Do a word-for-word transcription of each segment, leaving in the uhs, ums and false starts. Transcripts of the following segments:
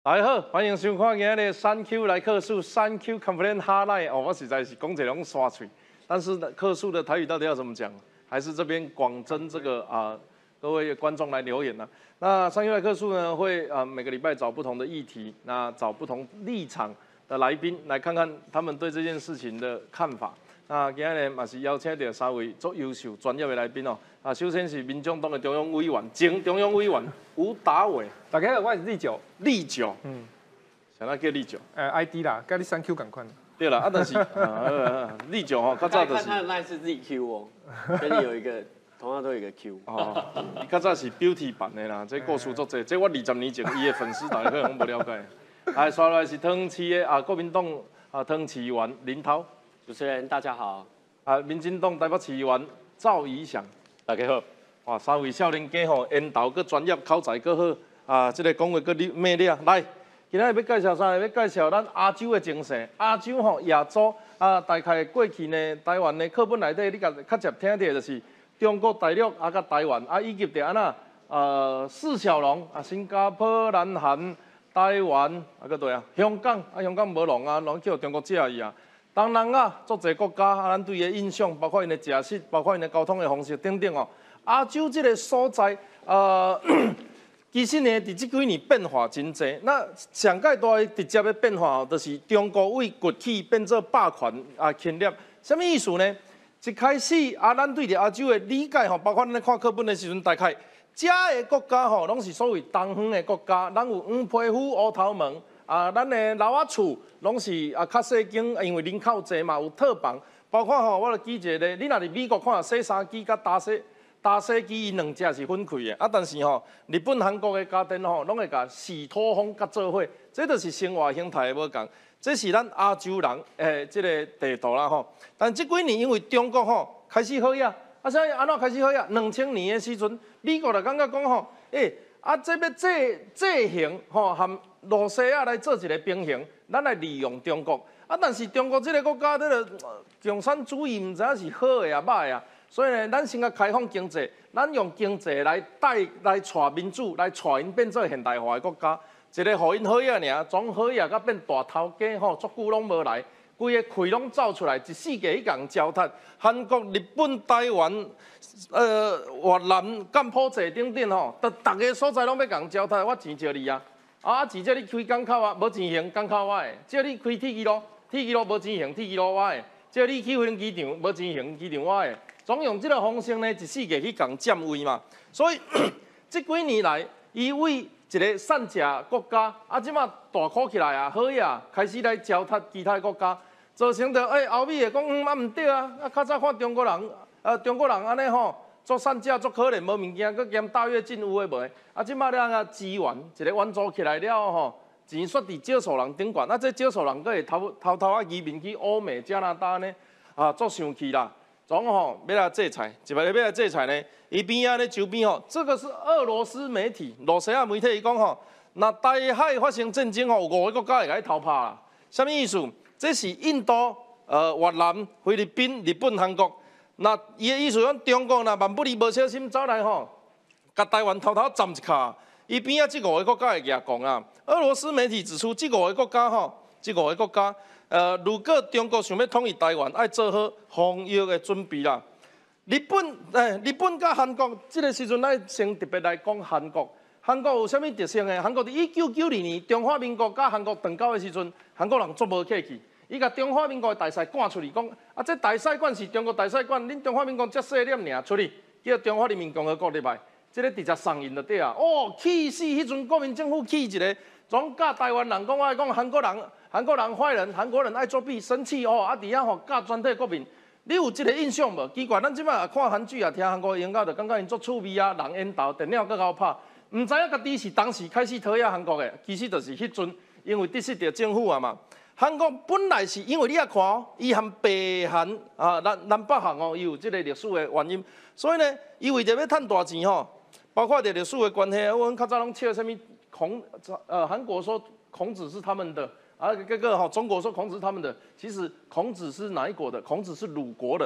大家好，欢迎收看今日的三 Q 来客诉三 Q Complain Hotline 哦，我实在是讲这种刷嘴，但是客诉的台语到底要怎么讲？还是这边广征这个啊、呃、各位观众来留言呢、啊？那三 Q 来客诉呢，会啊、呃、每个礼拜找不同的议题，那找不同立场的来宾来看看他们对这件事情的看法。那今日嘛是邀请到三位足优秀专业的来宾哦。啊，首先是民众党的中央委员，前中央委员吴达伟。 大家好，我是立九。 立九， 嗯， 想要叫立九。 呃 ，I D 啦，跟你三 Q 赶快。 对啦，啊，但是啊，立九哦，较早就是。 看他的 line 是 Z Q 哦，跟你有一个，同样都有一个 Q。 哦，伊较早是 Beauty 版的啦，这故事作者，这我二十年前伊的粉丝大家可能不了解。来，刷来是汤市的啊，国民党啊，汤市员林涛。 主持人大家好。 啊，民进党台北市员赵怡翔。 大家好。 哇，三位少年家吼，缘投搁专业，口才搁好，啊，这个讲话搁魅力。来，今仔日要介绍啥？要介绍咱亚洲的精神。亚洲吼，亚洲啊，大概过去呢，台湾的课本内底，你甲较常听到就是中国大陆啊，甲台湾啊，以及着安那呃四小龙啊，新加坡、南韩、台湾啊，搁对啊，香港啊，香港无龙啊，拢叫中国介意啊。当然啊，足侪国家啊，咱对伊的印象，包括因的食食，包括因的交通的方式等等哦。亚洲这个所在，呃，其实呢，伫这几年变化真侪。那上界大的直接的变化哦，就是中国为崛起变做霸权啊侵略。什么意思呢？一开始啊，咱对着亚洲的理解吼，包括咱咧看课本的时阵，大概遮的国家吼，拢是所谓东方的国家，咱有黄皮肤、乌头毛啊，咱的楼仔厝拢是啊较细间，因为人口侪嘛，有套房。包括吼，我著举一个，你若伫美国看洗衫机甲打洗。打洗机因两者是分开的，啊，但是吼，日本、韩国的家电吼，拢会甲洗脱风甲做伙，这就是生活形态的无共。这是咱亚洲人诶，这个地图啦吼。但这几年因为中国吼开始好呀，啊，啥安怎开始好呀？两千年的时阵，美国就感觉讲吼，诶、欸，啊，这要制制衡吼，和罗西亚来做一个平衡，咱来利用中国。啊，但是中国这个国家，这个共产主义，毋知影是好的啊，歹啊。所以呢，咱先甲开放经济，咱用经济来带来带民主，来带因变做现代化的国家。一个互因好呀尔，从好呀甲变大头家吼，足久拢无来，规个气拢走出来，一世界去共糟蹋。韩国、日本、台湾、呃越南、柬埔寨等等吼，逐逐个所在拢要共糟蹋。我钱借你啊，啊钱借你开港口啊，无钱还港口我的；借你开铁机路，铁机路无钱还铁机路我的；借你去飞机场，无钱还机场我的。总用这个方式呢，一世界去共占位嘛。所以这几年来，伊为一个善食国家，啊，即马大考起来啊，好呀，开始来糟蹋其他国家，造成着诶欧美会讲，嗯，啊毋对啊，啊较早看中国人，呃，中国人安尼吼，做善食做可怜，无物件，佮嫌大跃进有诶无？啊，即马咱啊资源一个援助起来了吼，钱刷伫少数人顶悬，啊，这少数人佮会偷偷偷啊移民去欧美、加拿大呢，啊，作上去啦。总吼要来制裁，一摆要来制裁呢？伊边仔咧周边吼，这个是俄罗斯媒体、罗西亚媒体伊讲吼，那台海发生战争吼，有五个国家会甲伊偷拍啦。什么意思？这是印度、呃越南、菲律宾、日本、韩国。那伊的意思讲，中国若万不离无小心走来吼，甲台湾偷偷占一卡，伊边仔这五个国家会举讲啊。俄罗斯媒体指出，这五个国家吼，这五个国家。呃，如果中国想要统一台湾，要做好防疫的准备啦。日本，诶，日本甲韩国，这个时阵咱先特别来讲韩国。韩国有啥物特色呢？韩国伫一九九二年中华民国甲韩国断交的时阵，韩国人足无客气，伊甲中华民国的大使赶出去，讲啊，这大使馆是中国大使馆，恁中华民国遮细粒尔，出去叫中华人民共和国入来，这个直接送印就对啊。哦，气死！迄阵国民政府气一个，总教台湾人讲，我讲韩国人。韩国人坏人，韩国人爱作弊，生气哦！啊，伫遐吼教全体国民，你有即个印象无？奇怪，咱即摆看韩剧啊，听韩国演讲，就感觉因足趣味啊，人缘投，电影搁够拍，毋知影家己是当时开始讨厌韩国的，其实就是迄阵因为得失着政府啊嘛。韩国本来是因为你啊看哦，伊含北韩啊、南南北韩哦，伊有即个历史的原因，所以呢，伊为着要趁大钱吼，包括着历史的关系，我们较早拢笑什么孔呃韩国说孔子是他们的。啊，这个哈，中国说孔子是他们的，其实孔子是哪一国的？孔子是鲁国人。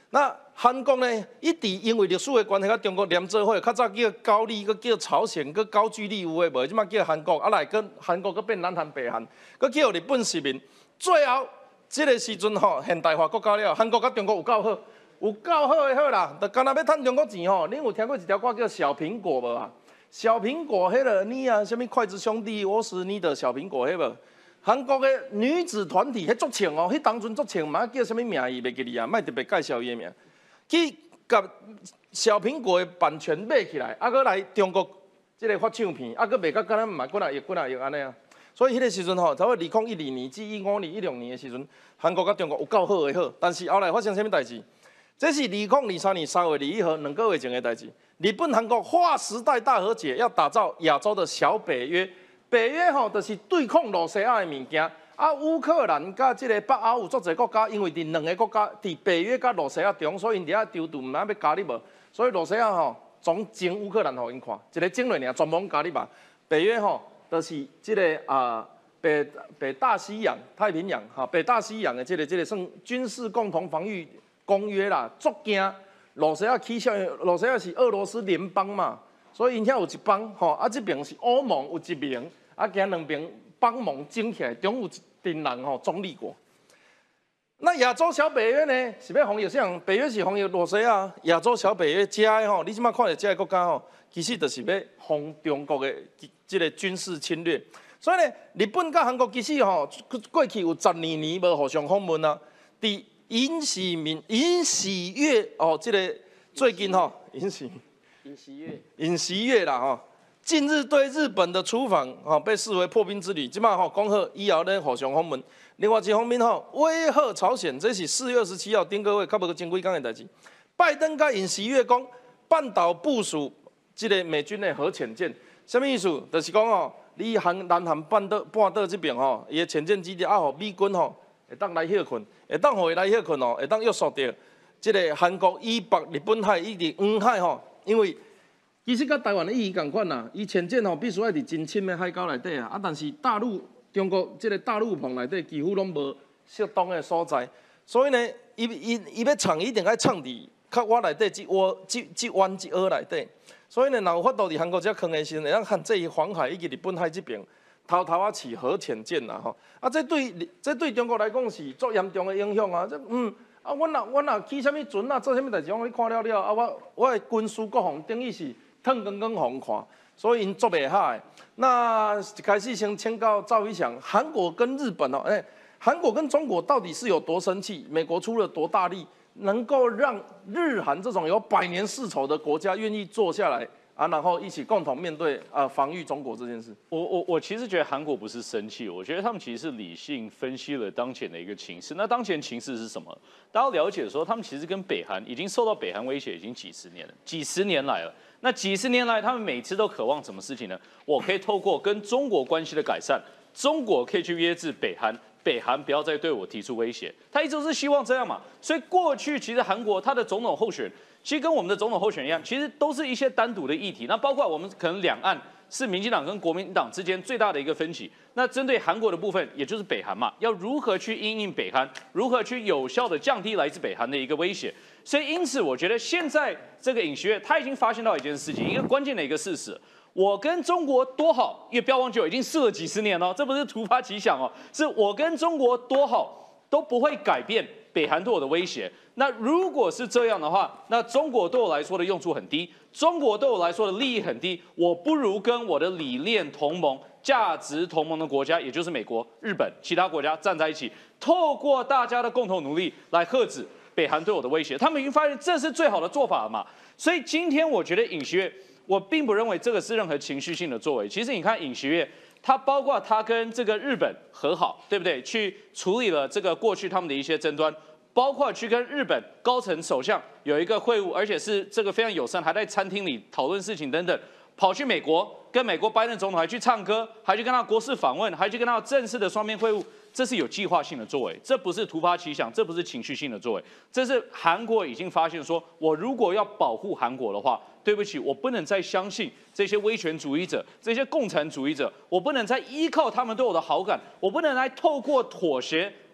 那韩国呢，一直因为历史的关系，甲中国连做伙，较早叫高丽，佮叫朝鲜，佮高句丽有诶无？即马叫韩国，啊来跟韩国佮变南韩、北韩，佮叫日本殖民。最后，即个时阵吼，现代化国家了，韩国甲中国有够好，有够好诶好啦。就干那要趁中国钱吼，恁有听过一条歌叫小苹果无啊？小苹果迄个你啊，什么筷子兄弟，我是你的小苹果迄个。韩国的女子团体，迄足唱哦，迄当阵足唱嘛，叫什么名伊袂记哩啊，莫特别介绍伊的名。去甲小苹果的版权买起来，啊，搁来中国即个发唱片，啊，搁卖到敢若嘛，几啊亿、几啊亿安尼啊。所以迄个时阵吼，差不多二零一二年至一五年、一六年的时阵，韩国甲中国有够好的好，但是后来发生什么代志？这是二零二三年三月二十一号两个月前的代志。日本、韩国划时代大和解，要打造亚洲的小北约。北约吼，就是对抗罗西亚的物件。啊，乌克兰甲即个北欧有足侪国家，因为伫两个国家伫北约甲罗西亚中，所以因伫遐丢度毋知要加入无。所以罗西亚吼总征乌克兰互因看，一个征落尔，专门加入嘛。北约吼，就是即、这个啊北北大西洋、太平洋哈，北大西洋的即、这个即、这个算军事共同防御公约啦，足惊罗西亚起效，罗西亚是俄罗斯联邦嘛。所以因遐有一帮吼，啊这边是欧盟有一名，啊今两边帮忙争起来，中有一阵人吼中立国。那亚洲小北约呢，是要防御啥？北约是防御罗西亚，亚洲小北约加的吼，你即马看到这个国家吼，其实就是要防中国的这个军事侵略。所以呢，日本甲韩国其实吼过去有十二年无互相访问啊。伫尹喜明、尹喜月哦，这个最近吼尹喜。 尹锡悦， 尹锡悦啦吼，近日对日本的出访吼被视为破冰之旅，即马吼讲好以后咧互相访问。另外一方面吼，威吓朝鲜，这是四月二十七号顶个月，较无前几天的代志。拜登甲尹锡悦讲，半岛部署即个美军的核潜舰，什么意思？就是讲吼，你韩南韩半岛半岛这边吼，伊的潜舰基地啊，互美军吼会当来歇困，会当互伊来歇困哦，会当约束到即个韩国以北、日本海以及黄海吼。因为其实甲台湾的意义共款啦，伊潜舰吼必须要伫真深的海沟内底啊，啊，但是大陆中国即个大陆棚内底几乎拢无适当的所在，所以呢，伊伊伊要藏一定要藏伫较我内底即窝即即湾即蚵内底，所以呢，若有法度伫韩国遮坑的时阵，会当限制黄海以及日本海这边偷偷啊起核潜舰啦吼，啊，这对这对中国来讲是足严重的影响啊，这嗯。啊，阮若阮若起啥物船啊，做啥物代志，我你看了了，啊，我我的军事国防等于是腾光光互看，所以因做袂好。那一开始先请教赵一翔，韩国跟日本哦，哎、欸，韩国跟中国到底是有多生气？美国出了多大力，能够让日韩这种有百年世仇的国家愿意坐下来？啊，然后一起共同面对呃防御中国这件事。 我我我其实觉得韩国不是生气，我觉得他们其实是理性分析了当前的一个情势。那当前情势是什么？大家了解说，他们其实跟北韩已经受到北韩威胁已经几十年了，几十年来了。那几十年来，他们每次都渴望什么事情呢？我可以透过跟中国关系的改善，中国可以去约制北韩。北韩不要再对我提出威胁，他一直是希望这样嘛。所以过去其实韩国他的总统候选人，其实跟我们的总统候选人一样，其实都是一些单独的议题。那包括我们可能两岸是民进党跟国民党之间最大的一个分歧。那针对韩国的部分，也就是北韩嘛，要如何去因应北韩，如何去有效的降低来自北韩的一个威胁。所以因此，我觉得现在这个尹锡悦他已经发现到一件事情，一个关键的一个事实。我跟中国多好，因为不要忘记我已经试了几十年了，这不是突发奇想哦，是我跟中国多好都不会改变北韩对我的威胁。那如果是这样的话，那中国对我来说的用处很低，中国对我来说的利益很低，我不如跟我的理念同盟、价值同盟的国家，也就是美国、日本、其他国家站在一起，透过大家的共同努力来遏止北韩对我的威胁。他们已经发现这是最好的做法了嘛，所以今天我觉得尹锡悦。我并不认为这个是任何情绪性的作为。其实你看尹锡悦，他包括他跟这个日本和好，对不对？去处理了这个过去他们的一些争端，包括去跟日本高层首相有一个会晤，而且是这个非常友善，还在餐厅里讨论事情等等。跑去美国跟美国拜登总统还去唱歌，还去跟他国事访问，还去跟他正式的双边会晤。这是有计划性的作为，这不是突发奇想，这不是情绪性的作为，这是韩国已经发现说，我如果要保护韩国的话，对不起，我不能再相信这些威权主义者、这些共产主义者，我不能再依靠他们对我的好感，我不能来透过妥协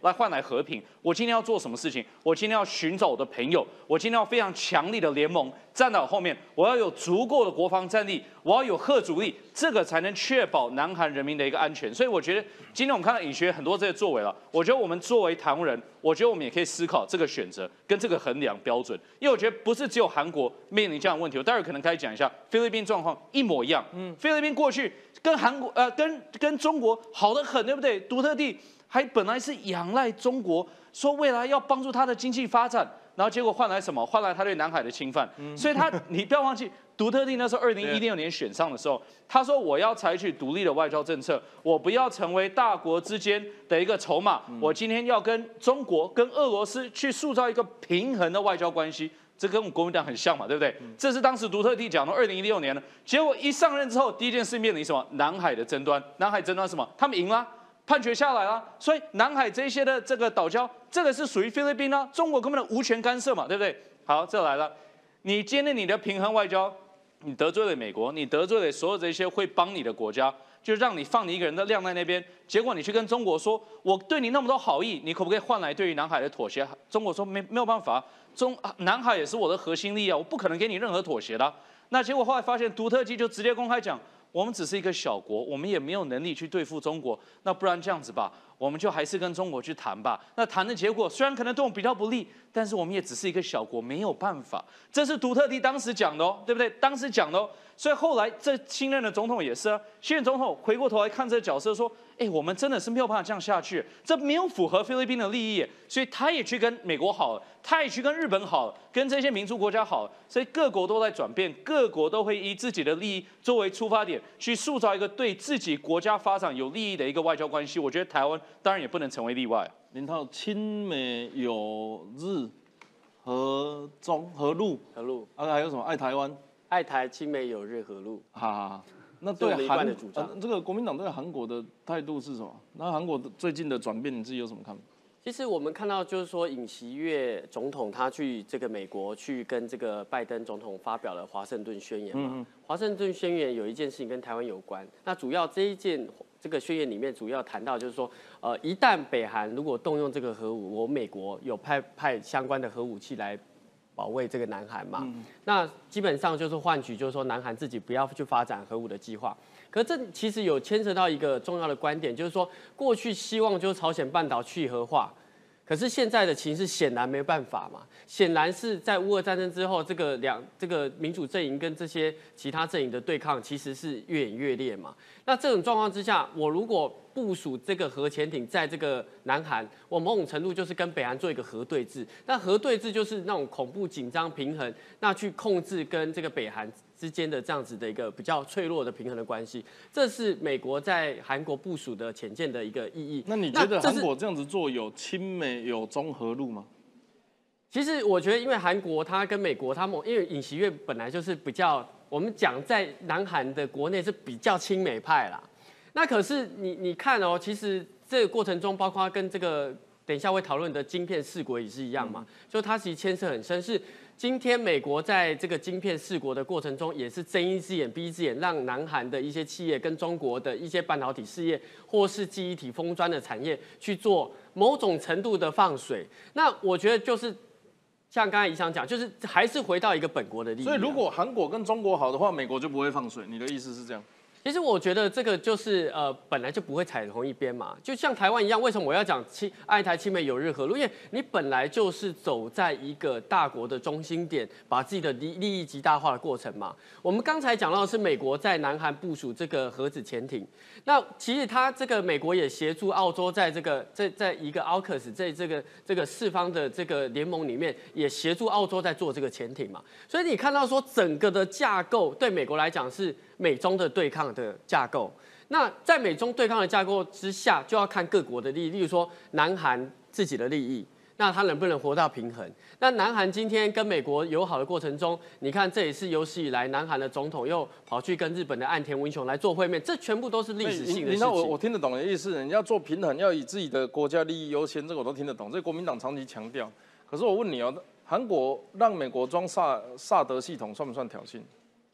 来换来和平。我今天要做什么事情？我今天要寻找我的朋友，我今天要非常强力的联盟站在我后面，我要有足够的国防战力，我要有吓阻力，这个才能确保南韩人民的一个安全。所以我觉得今天我们看到尹学很多这些作为了，我觉得我们作为台湾人，我觉得我们也可以思考这个选择跟这个衡量标准，因为我觉得不是只有韩国面临这样的问题，我待会可能可以讲一下菲律宾状况一模一样。嗯，菲律宾过去跟韩国呃跟跟中国好得很，对不对？独特地还本来是仰赖中国，说未来要帮助他的经济发展，然后结果换来什么？换来他对南海的侵犯。嗯、所以他你不要忘记，独特地那时候二零一六年选上的时候，他说我要采取独立的外交政策，我不要成为大国之间的一个筹码，嗯、我今天要跟中国、跟俄罗斯去塑造一个平衡的外交关系。这跟我们国民党很像嘛，对不对？嗯、这是当时独特地讲的，二零一六年了。结果一上任之后，第一件事面临什么？南海的争端。南海争端是什么？他们赢了。判决下来了，所以南海这些的这个岛礁，这个是属于菲律宾啊，中国根本无权干涉嘛，对不对？好，这来了，你今天你的平衡外交，你得罪了美国，你得罪了所有这些会帮你的国家，就让你放你一个人的晾在那边，结果你去跟中国说，我对你那么多好意，你可不可以换来对于南海的妥协？中国说没没有办法，中南海也是我的核心利益啊，我不可能给你任何妥协的、啊。那结果后来发现，独特机就直接公开讲。我们只是一个小国，我们也没有能力去对付中国。那不然这样子吧，我们就还是跟中国去谈吧。那谈的结果虽然可能对我们比较不利，但是我们也只是一个小国，没有办法。这是独特地当时讲的哦，对不对？当时讲的哦。所以后来这新任的总统也是啊，新任总统回过头来看这个角色说，哎，我们真的是没有办法这样下去，这没有符合菲律宾的利益，所以他也去跟美国好了，他也去跟日本好了，跟这些民族国家好了，所以各国都在转变，各国都会以自己的利益作为出发点，去塑造一个对自己国家发展有利益的一个外交关系。我觉得台湾当然也不能成为例外。 林涛，亲美友日和中和陆和陆啊，还有什么爱台湾？ 爱台亲美友日和陆。 哈，那对韩、呃、这个国民党对韩国的态度是什么？那韩国最近的转变，你自己有什么看法？ 其实我们看到，就是说尹锡悦总统他去这个美国去跟这个拜登总统发表了华盛顿宣言嘛。嗯嗯华盛顿宣言有一件事情跟台湾有关，那主要这一件这个宣言里面主要谈到就是说，呃，一旦北韩如果动用这个核武，我美国有派派相关的核武器来保卫这个南韩嘛。嗯、那基本上就是换取就是说南韩自己不要去发展核武的计划。可是这其实有牵涉到一个重要的观点，就是说过去希望就是朝鲜半岛去核化，可是现在的情势显然没办法嘛，显然是在乌俄战争之后，这个两这个民主阵营跟这些其他阵营的对抗其实是越演越烈嘛。那这种状况之下，我如果部署这个核潜艇在这个南韩，我某种程度就是跟北韩做一个核对峙。那核对峙就是那种恐怖紧张平衡，那去控制跟这个北韩之间的这样子的一个比较脆弱的平衡的关系，这是美国在韩国部署的潜舰的一个意义。 那你觉得韩国这样子做有亲美有中和陆吗？ 其实我觉得，因为韩国它跟美国，他们因为尹锡悦本来就是比较，我们讲在南韩的国内是比较亲美派啦。那可是你你看哦，其实这个过程中，包括跟这个等一下会讨论的晶片四国也是一样嘛，嗯、就它其实牵涉很深。是今天美国在这个晶片四国的过程中，也是睁一只眼闭一只眼，让南韩的一些企业跟中国的一些半导体事业或是记忆体封装的产业去做某种程度的放水。那我觉得就是像刚才宜翔讲，就是还是回到一个本国的利益、啊。 所以如果韩国跟中国好的话，美国就不会放水。你的意思是这样？ 其实我觉得这个就是呃，本来就不会踩同一边嘛，就像台湾一样，为什么我要讲亲爱台亲美友日和陆？因为你本来就是走在一个大国的中心点，把自己的利利益极大化的过程嘛。我们刚才讲到的是美国在南韩部署这个核子潜艇，那其实它这个美国也协助澳洲在这个在在一个 AUKUS 在这个这个四方的这个联盟里面，也协助澳洲在做这个潜艇嘛。所以你看到说整个的架构对美国来讲是美中的对抗的架构，那在美中对抗的架构之下，就要看各国的利益，例如说南韩自己的利益，那它能不能活到平衡？那南韩今天跟美国友好的过程中，你看这也是有史以来南韩的总统又跑去跟日本的岸田文雄来做会面，这全部都是历史性的事情。 那我我听得懂的意思，你要做平衡，要以自己的国家利益优先，这个我都听得懂，这国民党长期强调。可是我问你哦，韩国让美国装萨萨德系统算不算挑衅？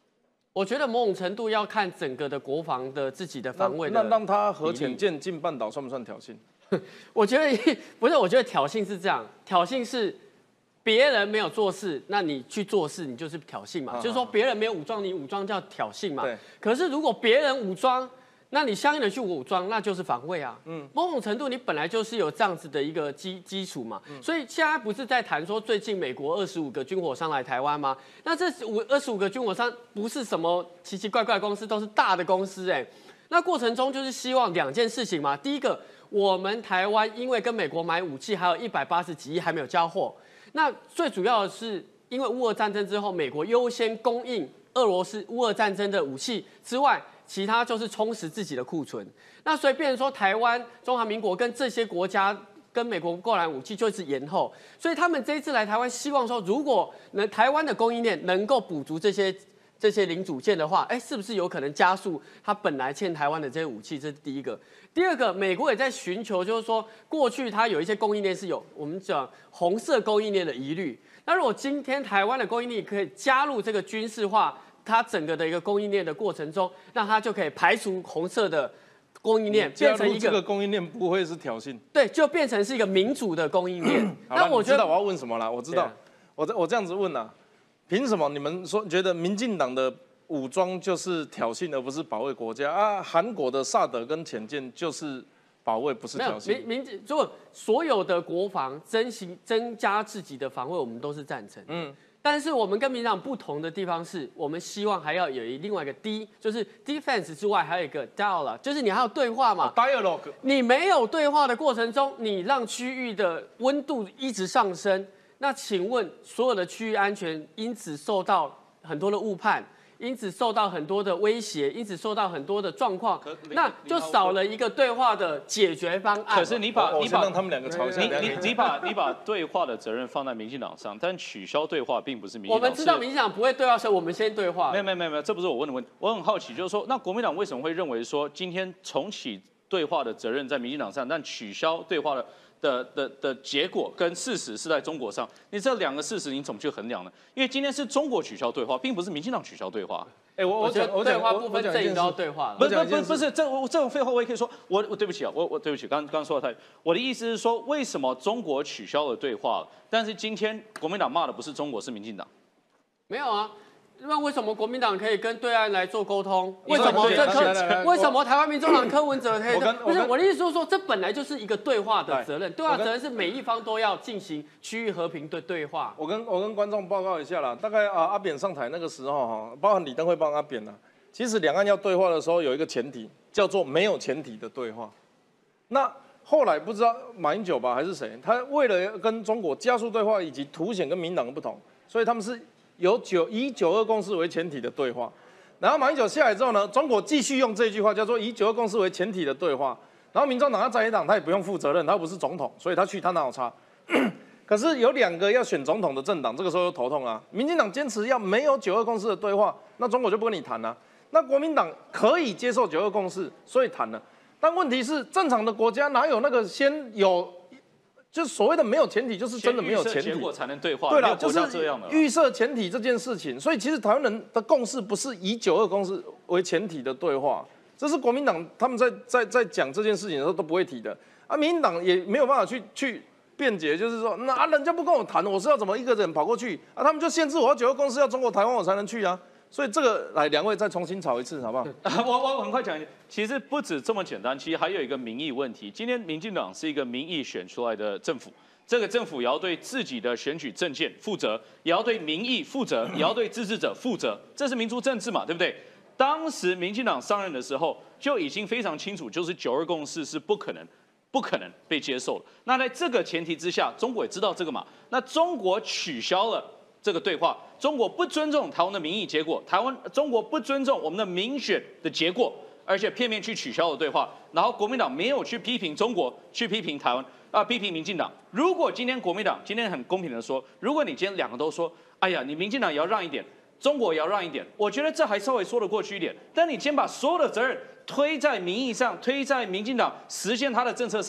我觉得某种程度要看整个的国防的自己的防卫的。 那让他核潜舰进半岛算不算挑衅？ 我觉得不是，我觉得挑衅是这样，挑衅是别人没有做事，那你去做事，你就是挑衅嘛。啊、就是说别人没有武装，你武装叫挑衅嘛。对。可是如果别人武装，那你相应的去武装，那就是防卫啊。嗯。某种程度你本来就是有这样子的一个基基础嘛。嗯。所以现在不是在谈说最近美国二十五个军火商来台湾吗？那这五二十五个军火商不是什么奇奇怪怪的公司，都是大的公司哎、欸。那过程中就是希望两件事情嘛，第一个。我们台湾因为跟美国买武器，还有一百八十几亿还没有交货。那最主要的是，因为乌俄战争之后，美国优先供应俄罗斯乌俄战争的武器之外，其他就是充实自己的库存。那所以变成说，台湾、中华民国跟这些国家跟美国购来武器就是延后。所以他们这一次来台湾，希望说，如果能台湾的供应链能够补足这些。这些零组件的话，哎，是不是有可能加速它本来欠台湾的这些武器？这是第一个。第二个，美国也在寻求，就是说，过去它有一些供应链是有我们讲红色供应链的疑虑。那如果今天台湾的供应链可以加入这个军事化，它整个的一个供应链的过程中，那它就可以排除红色的供应链，变成一个这个供应链不会是挑衅， 对，就变成是一个民主的供应链。 那我知道我要问什么了，我知道，我这我这样子问啊。凭什么你们说觉得民进党的武装就是挑衅，而不是保卫国家啊？韩国的萨德跟潜舰就是保卫，不是挑衅。 民民如果所有的国防增行增加自己的防卫，我们都是赞成。嗯，但是我们跟民进党不同的地方是，我们希望还要有另外一个 D， 就是 defense 之外还有一个 dialogue， 就是你还有对话嘛。 dialogue， 你没有对话的过程中，你让区域的温度一直上升。那请问，所有的区域安全因此受到很多的误判，因此受到很多的威胁，因此受到很多的状况，那就少了一个对话的解决方案。 可是你把你把让他们两个吵架， 你你你把你把对话的责任放在民进党上，但取消对话并不是民进党。 我们知道民进党不会对话，所以我们先对话。 没有没有没有没有，这不是我问的问题。我很好奇，就是说，那国民党为什么会认为说，今天重启对话的责任在民进党上，但取消对话的？的的的结果跟事实是在中国上，你这两个事实你怎么去衡量呢？因为今天是中国取消对话，并不是民进党取消对话。 哎、欸，我我讲我对话部分阵营都要对话了。 不是不是不是，这这种废话我也可以说，我我对不起啊，我我对不起，刚刚说的太，我的意思是说，为什么中国取消了对话，但是今天国民党骂的不是中国，是民进党？ 没有啊。那为什么国民党可以跟对岸来做沟通？为什么这柯？为什么台湾民众党柯文哲可以？不是我的意思是说，这本来就是一个对话的责任，对话责任是每一方都要进行区域和平的对话。 我跟我跟观众报告一下啦，大概啊阿扁上台那个时候哈，包含李登辉帮阿扁啦，其实两岸要对话的时候有一个前提，叫做没有前提的对话。那后来不知道马英九吧还是谁，他为了跟中国加速对话，以及凸显跟民进党的不同，所以他们是。有九以九二共识为前提的对话，然后马英九下来之后呢，中国继续用这句话叫做以九二共识为前提的对话，然后民众党他在野党他也不用负责任，他又不是总统，所以他去他哪有差？可是有两个要选总统的政党，这个时候就头痛啊。民进党坚持要没有九二共识的对话，那中国就不跟你谈了、啊。那国民党可以接受九二共识，所以谈了。但问题是，正常的国家哪有那个先有？就是所谓的没有前提，就是真的没有前提， 结果才能对话。 对了，就是预设前提这件事情。所以其实台湾人的共识不是以九二共识为前提的对话，这是国民党他们在在在讲这件事情的时候都不会提的。啊，民进党也没有办法去去辩解，就是说，那、啊、人家不跟我谈，我是要怎么一个人跑过去啊？他们就限制我要九二共识，要中国台湾我才能去啊。所以这个来，两位再重新吵一次，好不好？ 我我很快讲，其实不止这么简单，其实还有一个民意问题。今天民进党是一个民意选出来的政府，这个政府也要对自己的选举政见负责，也要对民意负责，也要对支持者负责，这是民主政治嘛，对不对？当时民进党上任的时候就已经非常清楚，就是九二共识是不可能。不可能被接受了。那在这个前提之下，中国也知道这个嘛？那中国取消了这个对话，中国不尊重台湾的民意结果，台湾中国不尊重我们的民选的结果，而且片面去取消了对话。然后国民党没有去批评中国，去批评台湾啊、呃，批评民进党。如果今天国民党今天很公平的说，如果你今天两个都说，哎呀，你民进党也要让一点，中国也要让一点，我觉得这还稍微说得过去一点。但你先把所有的责任推在民意上，推在民进党实现他的政策上，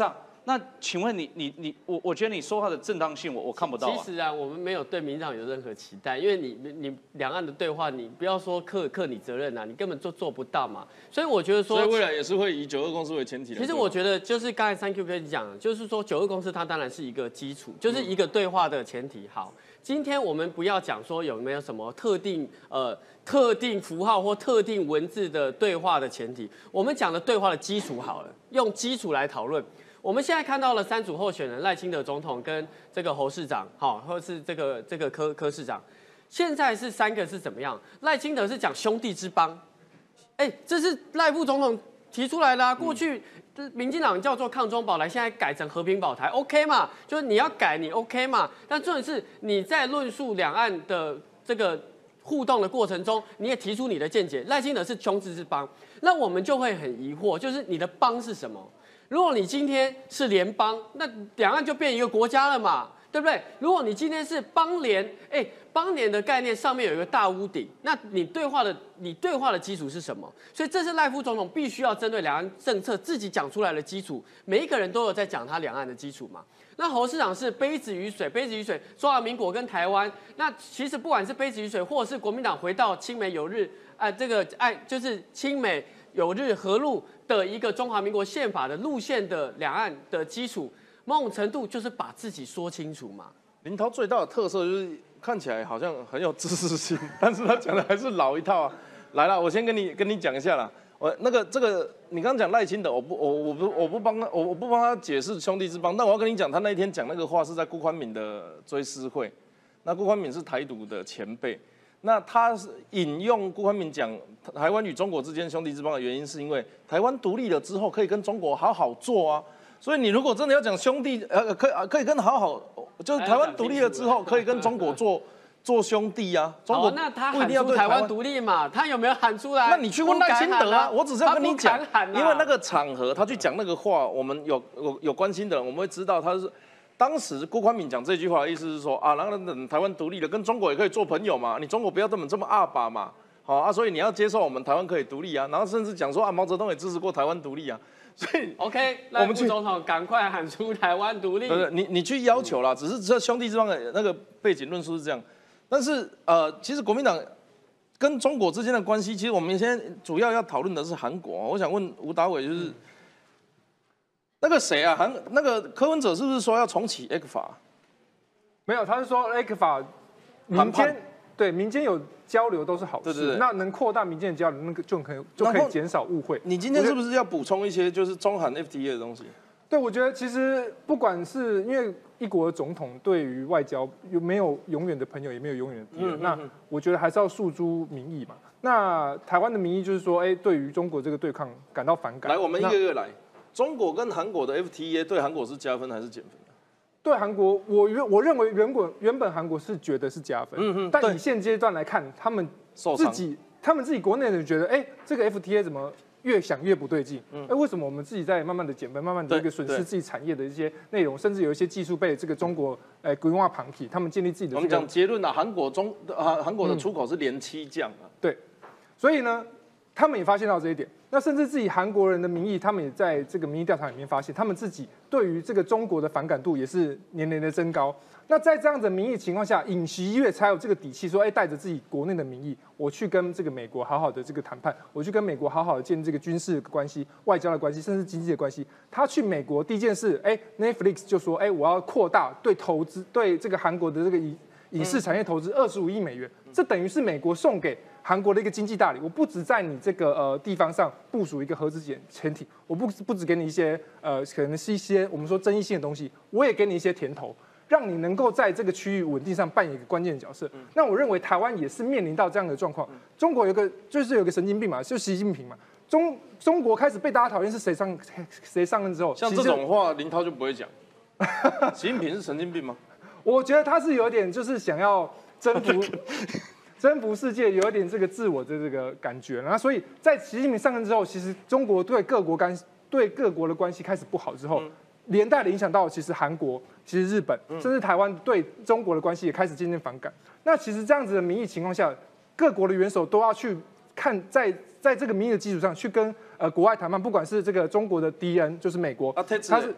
那请问你你你我我觉得你说话的正当性我我看不到啊。 其实啊，我们没有对民进党有任何期待，因为你你两岸的对话，你不要说克克你责任啊，你根本就做不到嘛。所以我觉得说， 所以未来也是会以九二共识为前提的。 其实我觉得就是刚才三 Q 哥讲的，就是说九二共识它当然是一个基础，就是一个对话的前提。好，今天我们不要讲说有没有什么特定呃特定符号或特定文字的对话的前提，我们讲的对话的基础好了，用基础来讨论。我们现在看到了三组候选人赖清德总统跟这个侯市长，好，或是这个这个柯柯市长，现在是三个是怎么样？赖清德是讲兄弟之邦，哎，这是赖副总统提出来的啊。过去民进党叫做抗中保台，现在改成和平保台 ，OK 嘛？就是你要改，你 OK 嘛？但重点是你在论述两岸的这个互动的过程中，你也提出你的见解。赖清德是兄弟之邦，那我们就会很疑惑，就是你的邦是什么？如果你今天是联邦，那两岸就变一个国家了嘛，对不对？如果你今天是邦联，哎，邦联的概念上面有一个大屋顶，那你对话的你对话的基础是什么？所以这是赖副总统必须要针对两岸政策自己讲出来的基础，每一个人都有在讲他两岸的基础嘛。那侯市长是杯子与水，杯子与水，中华民国跟台湾，那其实不管是杯子与水，或者是国民党回到亲美友日，啊，这个爱就是亲美友日和陆的一个中华民国宪法的路线的两岸的基础，某种程度就是把自己说清楚嘛。 林涛最大的特色就是看起来好像很有知识性，但是他讲的还是老一套啊。来了，我先跟你跟你讲一下啦。我那个这个，你刚刚讲赖清德，我不我我不我不帮他我我不帮他解释兄弟之邦，但我要跟你讲，他那一天讲那个话是在顾宽敏的追思会，那顾宽敏是台独的前辈。那他是引用顾宽敏讲台湾与中国之间兄弟之邦的原因，是因为台湾独立了之后可以跟中国好好做啊。所以你如果真的要讲兄弟，呃，可以可以跟好好，就是台湾独立了之后可以跟中国做做兄弟啊。中国那他不一定要对喊出台湾独立嘛？他有没有喊出来？ 那你去问赖清德啊，我只是要跟你讲，因为那个场合他去讲那个话，我们有有有关心的人，我们会知道他是。当时顾宽敏讲这句话的意思是说啊，然后等台湾独立了，跟中国也可以做朋友嘛，你中国不要这么这么阿爸嘛，好啊，所以你要接受我们台湾可以独立啊，然后甚至讲说啊，毛泽东也支持过台湾独立啊，所以 OK， 赖副总统赶快喊出台湾独立。 不是你你去要求啦，只是这兄弟之邦的那个背景论述是这样，但是呃，其实国民党跟中国之间的关系，其实我们现在主要要讨论的是韩国。我想问吴达伟，就是。嗯那个谁啊，韩那个柯文哲是不是说要重启 A 克法？ 没有，他是说 A 克法民间对民间有交流都是好事，对对对，那能扩大民间的交流，那个就可以就可以减少误会。 你今天是不是要补充一些就是中韩 F T A 的东西？ 对，我觉得其实不管是因为一国的总统对于外交有没有永远的朋友，也没有永远的敌人，嗯嗯嗯，那我觉得还是要诉诸民意嘛。那台湾的民意就是说，哎，对于中国这个对抗感到反感。 来，我们一个一个来。中国跟韩国的 F T A 对韩国是加分还是减分？ 对韩国，我原我认为原本原本韩国是觉得是加分，嗯嗯，但以现阶段来看，他们自己他们自己国内的人觉得，哎，这个 F T A 怎么越想越不对劲？哎、嗯，为什么我们自己在慢慢的减分，慢慢的一个损失自己产业的一些内容，甚至有一些技术被这个中国哎规划旁体，他们建立自己的、这个。 我们讲结论啊，韩国中韩韩国的出口是连七降啊、嗯， 对，所以呢，他们也发现到这一点。那甚至自己韩国人的民意，他们也在这个民意调查里面发现，他们自己对于这个中国的反感度也是年年的增高。那在这样的民意情况下，尹锡悦才有这个底气说，哎，带着自己国内的民意，我去跟这个美国好好的这个谈判，我去跟美国好好的建立这个军事关系、外交的关系，甚至经济的关系。他去美国第一件事，哎 ，Netflix 就说，哎，我要扩大对投资对这个韩国的这个影影视产业投资二十五亿美元，这等于是美国送给韩国的一个经济大礼。我不只在你这个呃地方上部署一个核子潜艇，我不不只给你一些呃可能是一些我们说争议性的东西，我也给你一些甜头，让你能够在这个区域稳定上扮演一个关键的角色。那我认为台湾也是面临到这样的状况。中国有个就是有个神经病嘛，就习近平嘛。中中国开始被大家讨厌是谁上谁上任之后， 像这种话林涛就不会讲。习近平是神经病吗？ 我觉得他是有点就是想要征服。征服世界，有一点这个自我的这个感觉，然后所以在习近平上任之后，其实中国对各国关对各国的关系开始不好之后，嗯、连带的影响到其实韩国、其实日本，嗯、甚至台湾对中国的关系也开始渐渐反感。那其实这样子的民意情况下，各国的元首都要去看在在这个民意的基础上去跟呃国外谈判，不管是这个中国的敌人就是美国， 啊， 他是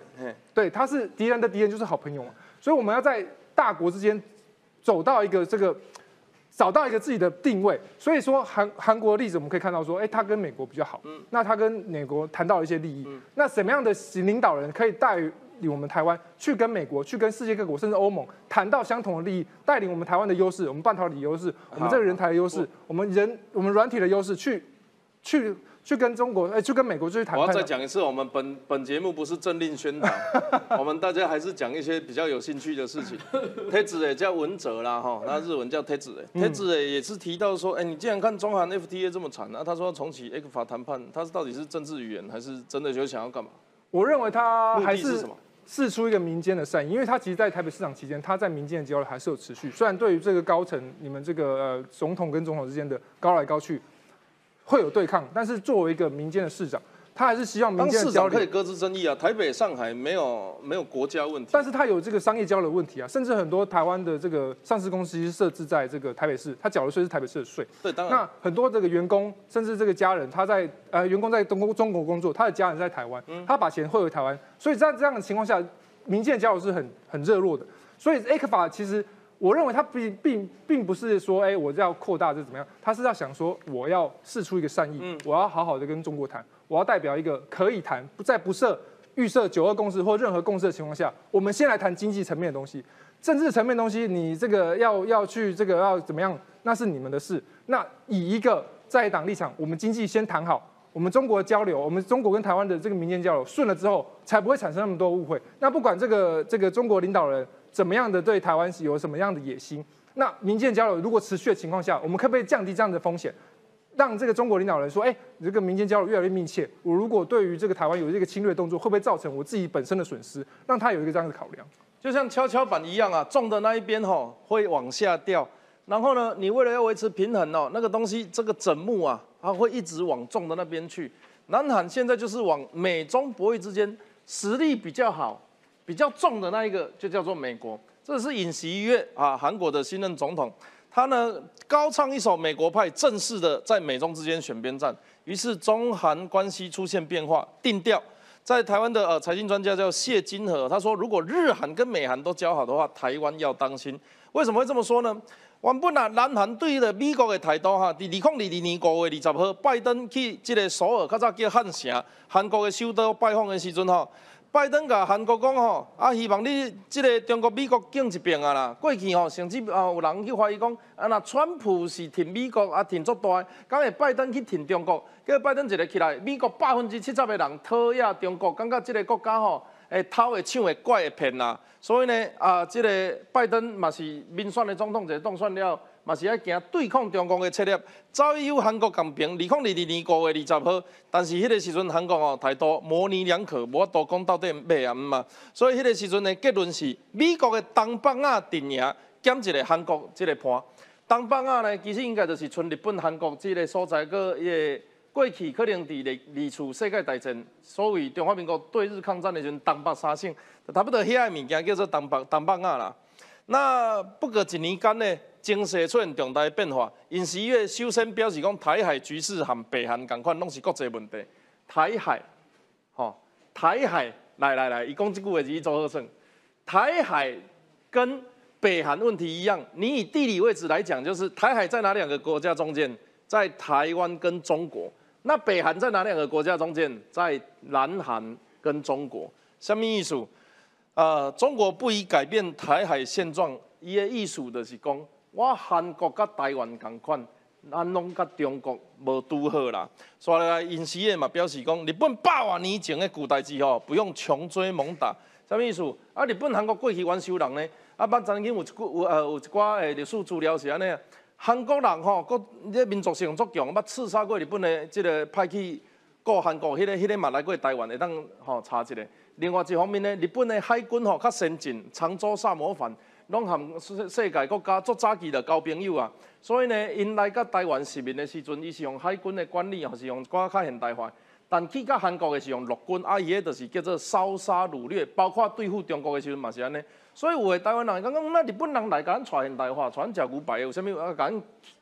对，他是敌人的敌人就是好朋友嘛，所以我们要在大国之间走到一个这个。找到一个自己的定位，所以说韩韩国的例子我们可以看到说，哎，他跟美国比较好，嗯，那他跟美国谈到了一些利益，嗯，那什么样的领导人可以带领我们台湾去跟美国、去跟世界各国甚至欧盟谈到相同的利益，带领我们台湾的优势，我们半导体优势，我们这个人才的优势，我们人我们软体的优势，去去。去跟中国，哎，去跟美国去谈判。 我要再讲一次，我们本本节目不是政令宣导，我们大家还是讲一些比较有兴趣的事情。贴子也叫文哲啦，哈，那日文叫贴子诶，贴子诶也是提到说，哎，你既然看中韩 F T A 这么惨，那他说重启 E C F A 谈判，他是到底是政治语言，还是真的就想要干嘛？ 我认为他还是什么？ 释出一个民间的善意，因为他其实，在台北市场期间，他在民间的交流还是有持续。虽然对于这个高层，你们这个呃总统跟总统之间的高来高去。会有对抗，但是作为一个民间的市长，他还是希望民间的交流可以搁置争议啊。台北、上海没有没有国家问题， 但是他有这个商业交流问题啊，甚至很多台湾的这个上市公司设置在这个台北市，他缴的税是台北市的税。 对，当然。 那很多这个员工，甚至这个家人，他在呃员工在中国中国工作，他的家人在台湾，嗯、他把钱汇回台湾，所以在这样的情况下，民间的交流是很很热络的。所以 E C F A 其实。我认为他并并并不是说，哎，我要扩大这怎么样？他是要想说，我要释出一个善意，嗯、我要好好的跟中国谈，我要代表一个可以谈，不在不设预设九二共识或任何共识的情况下，我们先来谈经济层面的东西，政治层面的东西，你这个要要去这个要怎么样，那是你们的事。那以一个在党立场，我们经济先谈好，我们中国的交流，我们中国跟台湾的这个民间交流顺了之后，才不会产生那么多误会。那不管这个这个中国领导人。怎么样的对台湾有什么样的野心？那民间交流如果持续的情况下，我们可不可以降低这样的风险，让这个中国领导人说，哎，这个民间交流越来越密切，我如果对于这个台湾有这个侵略动作，会不会造成我自己本身的损失？让他有一个这样的考量。 就像跷跷板一样啊，重的那一边吼会往下掉，然后呢，你为了要维持平衡哦，那个东西这个枕木啊，它会一直往重的那边去。南韩现在就是往美中博弈之间实力比较好。比较重的那一个就叫做美国，这是尹锡悦啊，韩国的新任总统，他呢高唱一首美国派，正式的在美中之间选边站，于是中韩关系出现变化，定调。在台湾的呃财经专家叫谢金河，他说如果日韩跟美韩都交好的话，台湾要当心。为什么会这么说呢？原本啊，南韩对了美国的态度哈，伫二零二二年五月二十号，拜登去这个首尔，较早叫汉城，韩国的首都拜访的时阵吼。拜登甲韩国讲吼，啊，希望你即个中国美国敬一遍啊啦。过去吼，甚至啊有人去怀疑讲，啊那川普是挺美国啊挺足大，敢会拜登去挺中国？叫拜登一个起来，美国百分之七十的人讨厌中国，感觉即个国家吼，诶偷会抢会拐会骗啦。所以呢，啊，即个拜登嘛是民选的总统，一个当选了。嘛是要行对抗中国的策略，早已有韩国共平。二零二二年五月二十号，但是迄个时阵韩国哦态度模棱两可，无法度讲到底袂啊嘛。所以迄个时阵的结论是，美国的东北亚阵营减一个韩国这个盘。东北亚呢，其实应该就是剩日本、韩国这个所在，个伊个过去可能伫二次世界大战，所谓中华民国对日抗战的时阵，东北三省，差不多遐个物件叫做东北东北亚啦。那不过一年间呢？情势出现重大的变化，尹锡悦首先表示讲，台海局势和北韩同款，拢是国际问题。台海，吼、哦，台海，来来来，伊讲这句话是做好算。台海跟北韩问题一样，你以地理位置来讲，就是台海在哪两个国家中间？在台湾跟中国。那北韩在哪两个国家中间？在南韩跟中国。什么意思？呃，中国不宜改变台海现状，伊的意思就是讲。我韩国甲台湾同款，咱拢甲中国无拄好啦。所以来尹锡悦嘛表示讲，日本百万年前的古代志吼，不用穷追猛打。什么意思？啊，日本、韩国过去冤仇人呢？啊，捌曾经有一句有呃有一寡诶历史资料是安尼啊，韩国人吼，国这民族性足强，捌刺杀过日本的即个派去过韩国迄、那个迄、那个嘛来过台湾会当吼查一下。另外一方面呢，日本的海军吼较先进，长州萨摩藩。拢含世世界国家足早期的交朋友啊，所以呢，因来到台湾殖民的时阵，伊是用海军的管理，或是用寡较现代化。但去到韩国的是用陆军，啊，伊个就是叫做烧杀掳掠，包括对付中国的时阵嘛是安尼。所以有的台湾人讲讲，那日本人来甲咱带现代化，传食牛排，有啥物啊？甲咱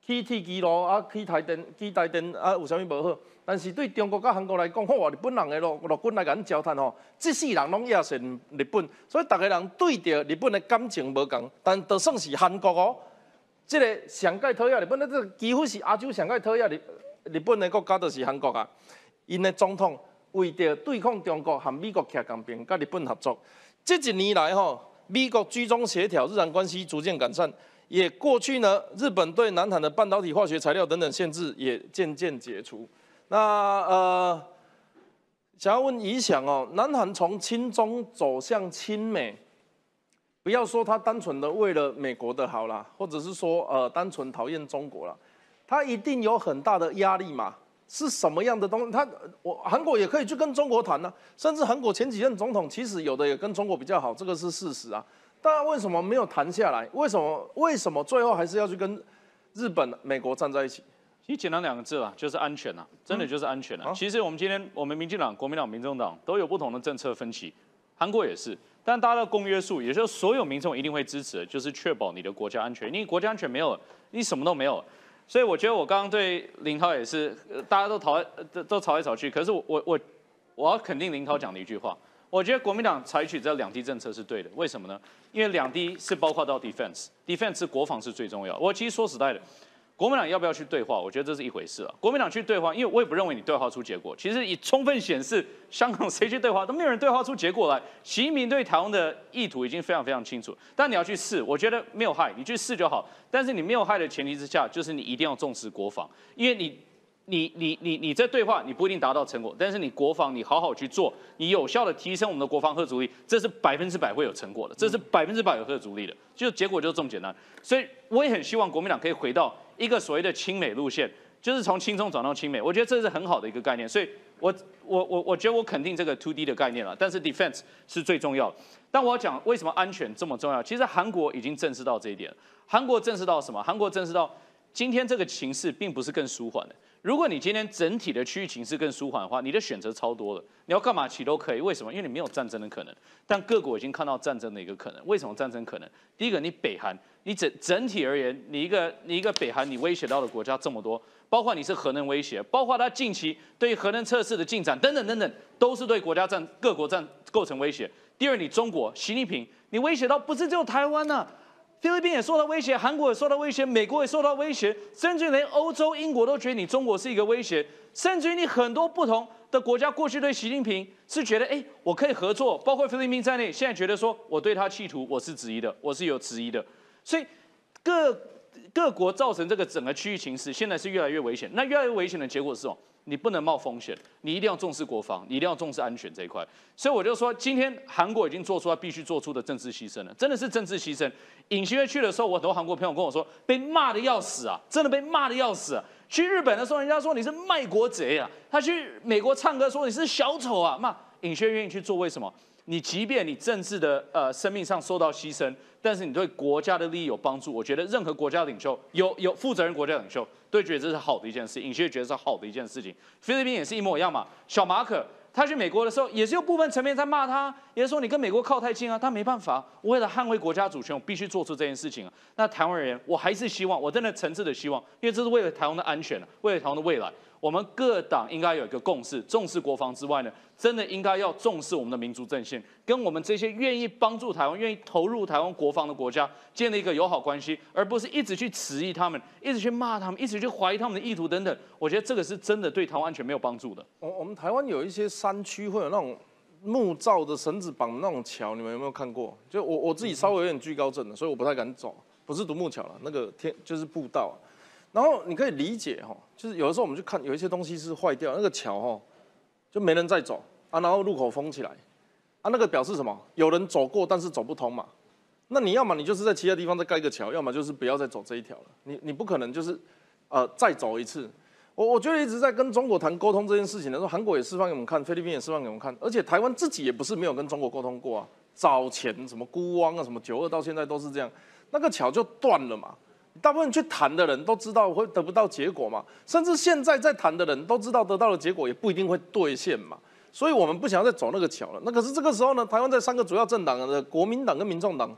起铁机路啊，起台电、起台电啊，有啥物无好？但是对中国甲韩国来讲，好啊，日本人的陆陆军来甲咱交谈吼，这世人拢也是日本，所以逐个人对着日本的感情无共，但就算是韩国哦，这个上届讨厌日本，那这几乎是亚洲上届讨厌日日本的国家就是韩国啊。因的总统为着对抗中国和美国徛共边，甲日本合作，这一年来吼，美国居中协调，日韩关系逐渐改善。也过去呢，日本对南韩的半导体、化学材料等等限制也渐渐解除。那呃，想要问宜翔哦，南韩从亲中走向亲美，不要说他单纯的为了美国的好啦，或者是说呃单纯讨厌中国啦，他一定有很大的压力嘛。是什么样的东西？他我韩国也可以去跟中国谈呢、啊，甚至韩国前几任总统其实有的也跟中国比较好，这个是事实啊。但为什么没有谈下来？为什么为什么最后还是要去跟日本、美国站在一起？ 其实简单两个字啦，就是安全啊，真的就是安全啊。嗯、其实我们今天我们民进党、国民党、民众党都有不同的政策分歧，韩国也是，但大家的公约数，也就是所有民众一定会支持的，就是确保你的国家安全。因为国家安全没有了，你什么都没有了。所以我觉得我刚刚对林涛也是，大家都吵都都吵来吵去，可是我我我我要肯定林涛讲的一句话，我觉得国民党采取这两低政策是对的，为什么呢？因为两低是包括到 defense，defense 是国防是最重要的。我其实说实在的，国民党要不要去对话，我觉得这是一回事啊。国民党去对话，因为我也不认为你对话出结果。其实以充分显示，香港谁去对话都没有人对话出结果来。习近平对台湾的意图已经非常非常清楚，但你要去试，我觉得没有害，你去试就好。但是你没有害的前提之下，就是你一定要重视国防，因为你。你你你你这对话你不一定达到成果，但是你国防你好好去做，你有效的提升我们的国防核主力，这是百分之百会有成果的，这是百分之百有核主力的，就结果就这么简单。所以我也很希望国民党可以回到一个所谓的亲美路线，就是从亲中转到亲美，我觉得这是很好的一个概念。所以我我我我觉得我肯定这个 two D 的概念了，但是 defense 是最重要的。但我要讲为什么安全这么重要，其实韩国已经正视到这一点了。韩国正视到什么？韩国正视到今天这个情势并不是更舒缓的。如果你今天整体的区域情势更舒缓的话，你的选择超多了，你要干嘛起都可以。为什么？因为你没有战争的可能。但各国已经看到战争的一个可能。为什么战争可能？第一个，你北韩，你整整体而言，你一个你一个北韩，你威胁到的国家这么多，包括你是核能威胁，包括它近期对于核能测试的进展等等等等，都是对国家战各国战构成威胁。第二，你中国习近平，你威胁到不是只有台湾呐、啊。菲律宾也受到威胁，韩国也受到威胁，美国也受到威胁，甚至连欧洲、英国都觉得你中国是一个威胁，甚至于你很多不同的国家过去对习近平是觉得，哎，我可以合作，包括菲律宾在内，现在觉得说我对他企图我是质疑的，我是有质疑的，所以各各国造成这个整个区域情势现在是越来越危险。那越来越危险的结果是什么？你不能冒风险，你一定要重视国防，你一定要重视安全这一块。所以我就说，今天韩国已经做出他必须做出的政治牺牲了，真的是政治牺牲。尹锡悦去的时候，我很多韩国朋友跟我说，被骂的要死啊，真的被骂的要死啊。去日本的时候，人家说你是卖国贼啊；他去美国唱歌说你是小丑啊，骂尹锡悦愿意去做，为什么？你即便你政治的呃生命上受到牺牲，但是你对国家的利益有帮助，我觉得任何国家领袖有有负责任国家领袖都觉得这是好的一件事，尹锡悦觉得是好的一件事情。菲律宾也是一模一样嘛，小马可他去美国的时候也是有部分层面在骂他，也是说你跟美国靠太近啊，他没办法，我为了捍卫国家主权，我必须做出这件事情啊。那台湾人，我还是希望，我真的诚挚的希望，因为这是为了台湾的安全，为了台湾的未来。我们各党应该有一个共识，重视国防之外呢，真的应该要重视我们的民族阵线，跟我们这些愿意帮助台湾、愿意投入台湾国防的国家建立一个友好关系，而不是一直去质疑他们，一直去骂他们，一直去怀疑他们的意图等等。我觉得这个是真的对台湾安全没有帮助的。 我我们台湾有一些山区会有那种木造的绳子绑的那种桥，你们有没有看过？就我我自己稍微有点惧高症的，所以我不太敢走，不是独木桥了，那个天就是步道、啊。然后你可以理解哈，就是有的时候我们去看有一些东西是坏掉，那个桥哈就没人在走啊，然后路口封起来啊，那个表示什么？有人走过，但是走不通嘛。那你要么你就是在其他地方再盖一个桥，要么就是不要再走这一条了。你你不可能就是呃再走一次。我我觉得一直在跟中国谈沟通这件事情的时候，韩国也示范给我们看，菲律宾也示范给我们看，而且台湾自己也不是没有跟中国沟通过啊。早前什么孤汪啊，什么九二到现在都是这样，那个桥就断了嘛。大部分去谈的人都知道会得不到结果嘛，甚至现在在谈的人都知道得到的结果也不一定会兑现嘛，所以我们不想要再走那个桥了。那可是这个时候呢，台湾在三个主要政党的国民党跟民众党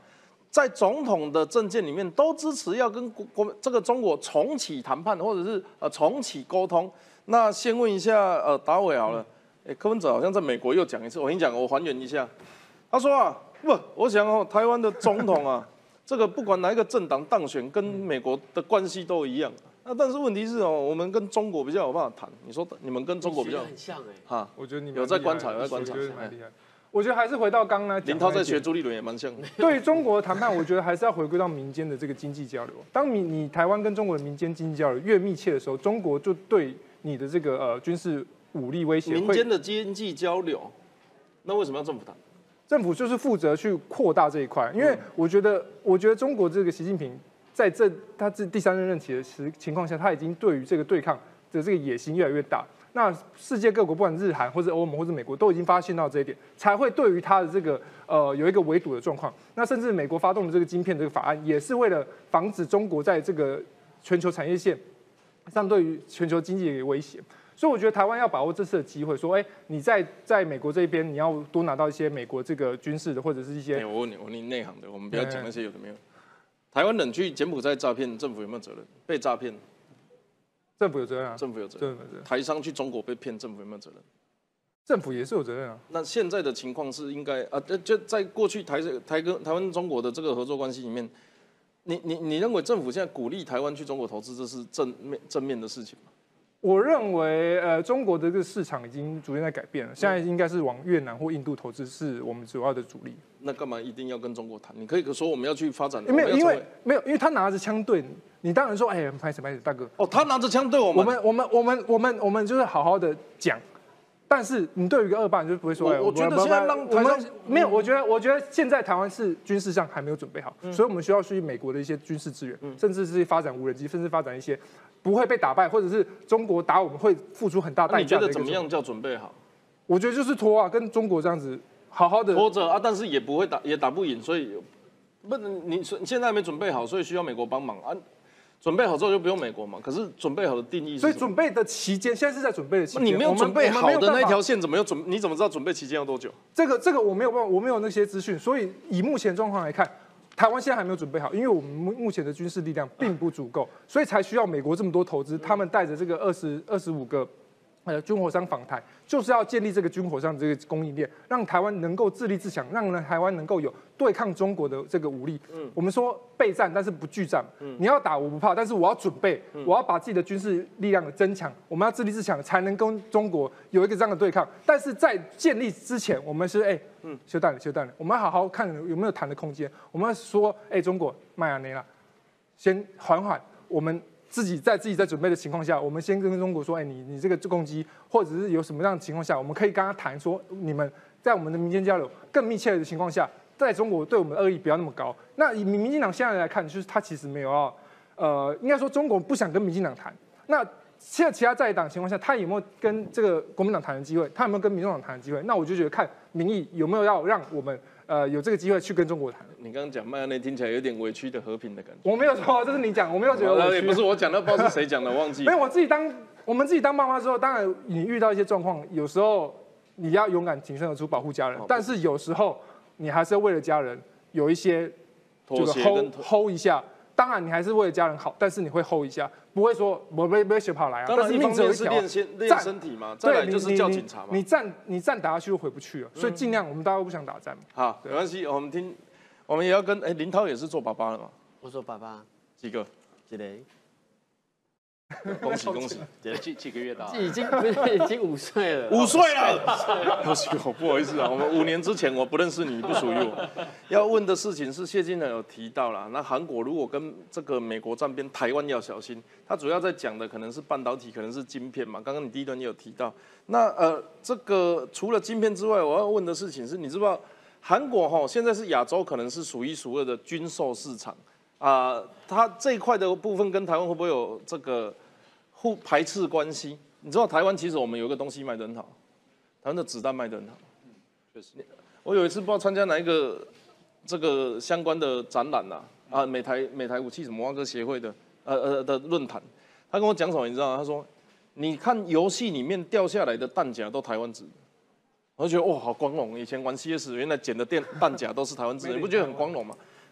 在总统的政见里面都支持要跟国国这个中国重启谈判，或者是呃重启沟通。那先问一下呃达伟好了，哎，柯文哲好像在美国又讲一次，我跟你讲，我还原一下，他说啊，不，我想哦，台湾的总统啊，这个不管哪一个政党当选，跟美国的关系都一样。那但是问题是哦，我们跟中国比较有办法谈。你说你们跟中国比较很像哎， 哈， 我觉得你们有在观察，有在观察， 我觉得蛮厉害。我觉得还是回到刚刚林涛在学朱立伦也蛮像的。 对于中国的谈判，我觉得还是要回归到民间的这个经济交流。当你你台湾跟中国的民间经济交流越密切的时候，中国就对你的这个呃军事武力威胁， 民间的经济交流，那为什么要政府谈？ 政府就是负责去扩大这一块，因为我觉得，我觉得中国这个习近平在这他这第三任任期的时情况下，他已经对于这个对抗的这个野心越来越大。那世界各国，不管日韩或者欧盟或者美国，都已经发现到这一点，才会对于他的这个呃有一个围堵的状况。那甚至美国发动的这个晶片这个法案，也是为了防止中国在这个全球产业线上对于全球经济的一个威胁。所以我觉得台湾要把握这次的机会，说，哎，你在在美国这边，你要多拿到一些美国这个军事的或者是一些。 欸、我问你，我问你内行的，我们不要讲那些有的没有。台湾人去柬埔寨诈骗，政府有没有责任？被诈骗？ 政府有责任啊， 政府有责任。 任台商去中国被骗，政府有没有责任？ 政府也是有责任啊。 那现在的情况是应该啊，就在过去台台跟台湾中国的这个合作关系里面，你你你认为政府现在鼓励台湾去中国投资，这是正面正面的事情吗？ 我认为，呃，中国的这个市场已经逐渐在改变了，现在应该是往越南或印度投资是我们主要的主力。 那干嘛一定要跟中国谈？你可以说我们要去发展， 没有，因为没有，因为他拿着枪对你，你当然说，哎，拍什么拍什大哥。 哦，他拿着枪对我们， 我们我们我们我们我们就是好好的讲。但是你对于一个恶霸，你就不会说，哎， 我觉得现在让台湾没有，我觉得我觉得现在台湾是军事上还没有准备好，所以我们需要去美国的一些军事资源，甚至是发展无人机，甚至发展一些不会被打败，或者是中国打我们会付出很大代价。 你觉得怎么样叫准备好？ 我觉得就是拖啊，跟中国这样子好好的拖着啊，但是也不会打，也打不赢，所以不，你现在没准备好，所以需要美国帮忙啊。准备好之后就不用美国嘛？可是准备好的定义是什么？ 所以准备的期间，现在是在准备的期间。 你没有准备好的那条线，怎么有准？你怎么知道准备期间要多久？ 这个这个我没有办法，我没有那些资讯，所以以目前状况来看，台湾现在还没有准备好，因为我们目目前的军事力量并不足够，所以才需要美国这么多投资。他们带着这个二十二十五个呃军火商访台，就是要建立这个军火商的这个供应链，让台湾能够自立自强，让台湾能够有对抗中国的这个武力。嗯，我们说备战，但是不拒战。嗯，你要打我不怕，但是我要准备，嗯、我要把自己的军事力量增强，我们要自立自强，才能跟中国有一个这样的对抗。但是在建立之前，我们是哎，嗯，休战了，休战了，我们要好好看有没有谈的空间。我们要说，哎，中国迈阿密啦，先缓缓，我们。自己在自己在准备的情况下，我们先跟中国说，哎，你你这个攻击，或者是有什么样的情况下，我们可以跟他谈说，你们在我们的民间交流更密切的情况下，在中国对我们的恶意不要那么高。那以民进党现在来看，就是他其实没有要，呃，应该说中国不想跟民进党谈。那现在其他在党情况下，他有没有跟这个国民党谈的机会？他有没有跟民众党谈的机会？那我就觉得看民意有没有要让我们呃有这个机会去跟中国谈。 你刚刚讲迈阿密听起来有点委屈的和平的感觉。 我没有说，这是你讲，我没有觉得委屈。 也不是我讲的，不知道是谁讲的，忘记。 没有，我自己当我们自己当妈妈之后，当然你遇到一些状况，有时候你要勇敢挺身而出保护家人，但是有时候你还是要为了家人有一些妥协 hold hold 一下。当然你还是为了家人好，但是你会 hold 一下，不会说我被被学跑来啊。 当然，一方面是练先练身体嘛，再来就是叫警察嘛。 你站你站打下去就回不去了，所以尽量我们大家都不想打战嘛。 好，没关系，我们听。我们也要跟哎，林涛也是做爸爸了嘛？ 我做爸爸几个？ 几个？ 恭喜恭喜！ 几几个月大？ 已经不是已经五岁了。 五岁了！恭喜我，不好意思啊，我们五年之前我不认识你，不属于我。要问的事情是谢金良有提到了，那韩国如果跟这个美国站边，台湾要小心。他主要在讲的可能是半导体，可能是晶片嘛。刚刚你第一段也有提到。那呃，这个除了晶片之外，我要问的事情是，你知不知道？韩国哈现在是亚洲可能是数一数二的军售市场啊、呃，它这一块的部分跟台湾会不会有这个互排斥关系？你知道台湾其实我们有一个东西卖得很好，台湾的子弹卖得很好。确实，我有一次不知道参加哪一个这个相关的展览呐、啊，啊美台美台武器什么挖哥协会的呃呃的论坛，他跟我讲什么你知道吗？他说，你看游戏里面掉下来的弹夹都台湾制。我就觉得哇，好光荣！以前玩 C S， 原来捡的电弹夹都是台湾制，你不觉得很光荣吗？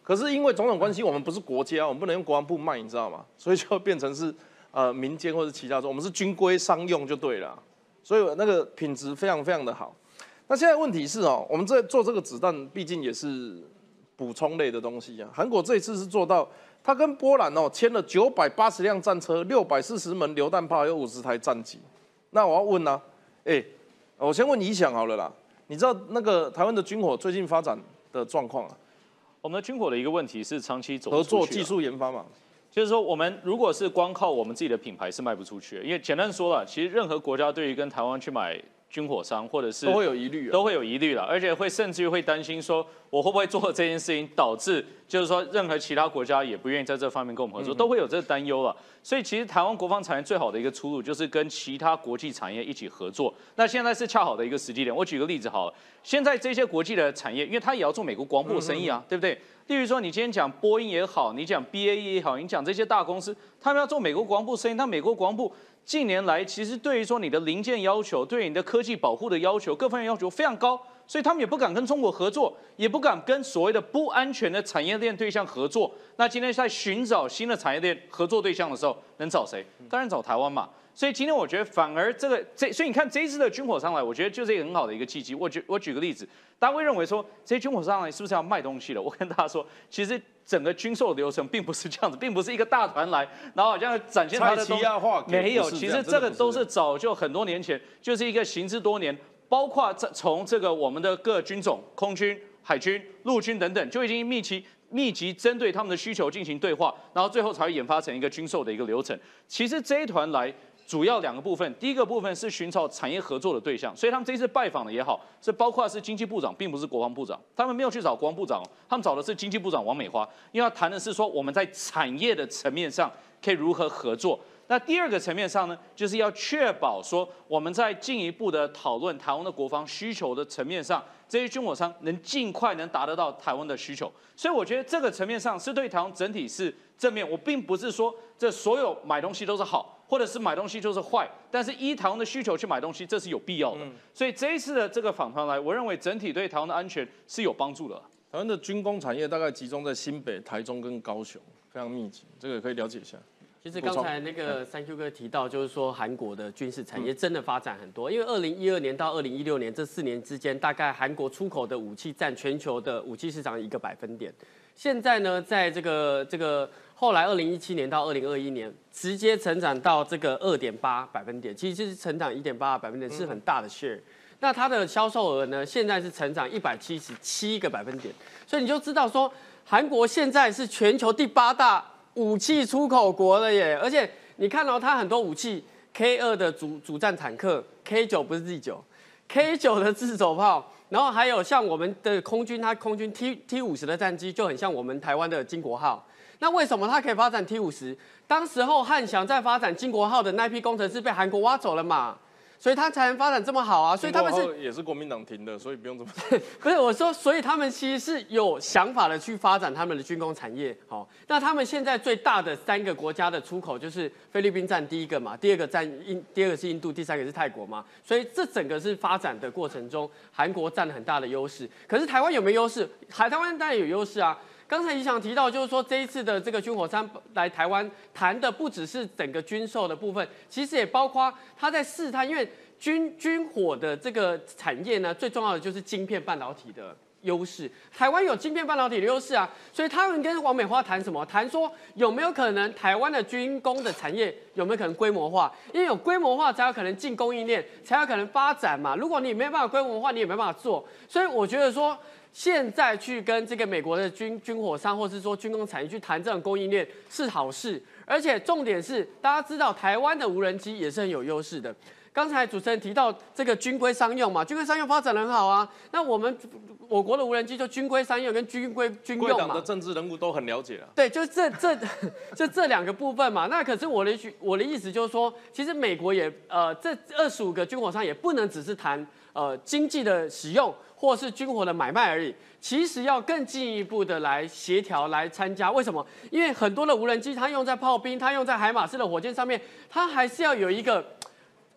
可是因为种种关系，我们不是国家，我们不能用国防部卖，你知道吗？所以就变成是呃民间或者其他州，我们是军规商用就对了，所以那个品质非常非常的好。那现在问题是哦，我们在做这个子弹，毕竟也是补充类的东西啊。韩国这一次是做到，他跟波兰哦签了九百八十辆战车、六百四十门榴弹炮，还有五十台战机。那我要问呢、啊，哎、欸，我先问你想好了啦，你知道那个台湾的军火最近发展的状况啊？ 我们的军火的一个问题是长期走合作技术研发嘛。 就是说，我们如果是光靠我们自己的品牌是卖不出去的，因为简单说了，其实任何国家对于跟台湾去买军火商或者是都会有疑虑、啊， 都会有疑虑了，而且会甚至于会担心说，我会不会做这件事情导致，就是说任何其他国家也不愿意在这方面跟我们合作，都会有这个担忧了。所以其实台湾国防产业最好的一个出路就是跟其他国际产业一起合作。那现在是恰好的一个时机点。我举个例子好了，现在这些国际的产业，因为它也要做美国国防部的生意啊，对不对？例如说，你今天讲波音也好，你讲 B A E 也好，你讲这些大公司，他们要做美国国防部生意，那美国国防部近年来其实对于说你的零件要求，对你的科技保护的要求，各方面要求非常高，所以他们也不敢跟中国合作，也不敢跟所谓的不安全的产业链对象合作。那今天在寻找新的产业链合作对象的时候，能找谁？当然找台湾嘛。所以今天我觉得反而这个这，所以你看这一次的军火商来，我觉得就是一个很好的一个契机。我举我举个例子，大家会认为说这些军火商来是不是要卖东西了？我跟大家说，其实整个军售流程并不是这样子，并不是一个大团来，然后好像展现他的东西。没有，其实这个都是早就很多年前，就是一个行之多年，包括从这个我们的各军种，空军、海军、陆军等等，就已经密集。密集针对他们的需求进行对话，然后最后才会研发成一个军售的一个流程。其实这一团来主要两个部分，第一个部分是寻找产业合作的对象，所以他们这一次拜访的也好，是包括是经济部长，并不是国防部长，他们没有去找国防部长，他们找的是经济部长王美花，因为他谈的是说我们在产业的层面上可以如何合作。那第二个层面上呢，就是要确保说我们在进一步的讨论台湾的国防需求的层面上，这些军火商能尽快能达得到台湾的需求。所以我觉得这个层面上是对台湾整体是正面。我并不是说这所有买东西都是好，或者是买东西就是坏，但是依台湾的需求去买东西，这是有必要的。嗯、所以这一次的这个访团来，我认为整体对台湾的安全是有帮助的。 台湾的军工产业大概集中在新北、台中跟高雄，非常密集，这个可以了解一下。 其实刚才那个三 Q 哥提到，就是说韩国的军事产业真的发展很多，因为二零一二年到二零一六年这四年之间，大概韩国出口的武器占全球的武器市场一个百分点。现在呢，在这个这个后来二零一七年到二零二一年，直接成长到这个二点八百分点，其实是成长一点八百分点，是很大的 share。那它的销售额呢，现在是成长一百七十七个百分点，所以你就知道说，韩国现在是全球第八大武器出口国了耶，而且你看到、哦、它很多武器 ，K 二的主主战坦克 ，K 九不是 Z 九 ，K 九的自走炮，然后还有像我们的空军，它空军 T T 五十的战机就很像我们台湾的金国号。那为什么它可以发展 T 五十？当时候汉翔在发展金国号的那批工程师被韩国挖走了嘛？所以他才能发展这么好啊，所以他们是也是国民党停的，所以不用这么不是我说，所以他们其实是有想法的去发展他们的军工产业。好，那他们现在最大的三个国家的出口就是菲律宾占第一个嘛，第二个占印，第二个是印度，第三个是泰国嘛。所以这整个是发展的过程中，韩国占了很大的优势。可是台湾有没有优势？海台湾当然有优势啊。刚才也想提到，就是说这一次的这个军火商来台湾谈的不只是整个军售的部分，其实也包括他在试探，因为军军火的这个产业呢，最重要的就是晶片半导体的优势。台湾有晶片半导体的优势啊，所以他们跟王美花谈什么？谈说有没有可能台湾的军工的产业有没有可能规模化？因为有规模化才有可能进供应链，才有可能发展嘛。如果你没办法规模化，你也没办法做。所以我觉得说，现在去跟这个美国的军军火商，或是说军工产业去谈这种供应链是好事，而且重点是大家知道台湾的无人机也是很有优势的。刚才主持人提到这个军规商用嘛，军规商用发展得很好啊。那我们我国的无人机就军规商用跟军规军用嘛。 贵党的政治人物都很了解了。 对，就是这这就这两个部分嘛。那可是我的我的意思就是说，其实美国也呃这二十五个军火商也不能只是谈呃经济的使用或是军火的买卖而已，其实要更进一步的来协调来参加。为什么？因为很多的无人机它用在炮兵，它用在海马式的火箭上面，它还是要有一个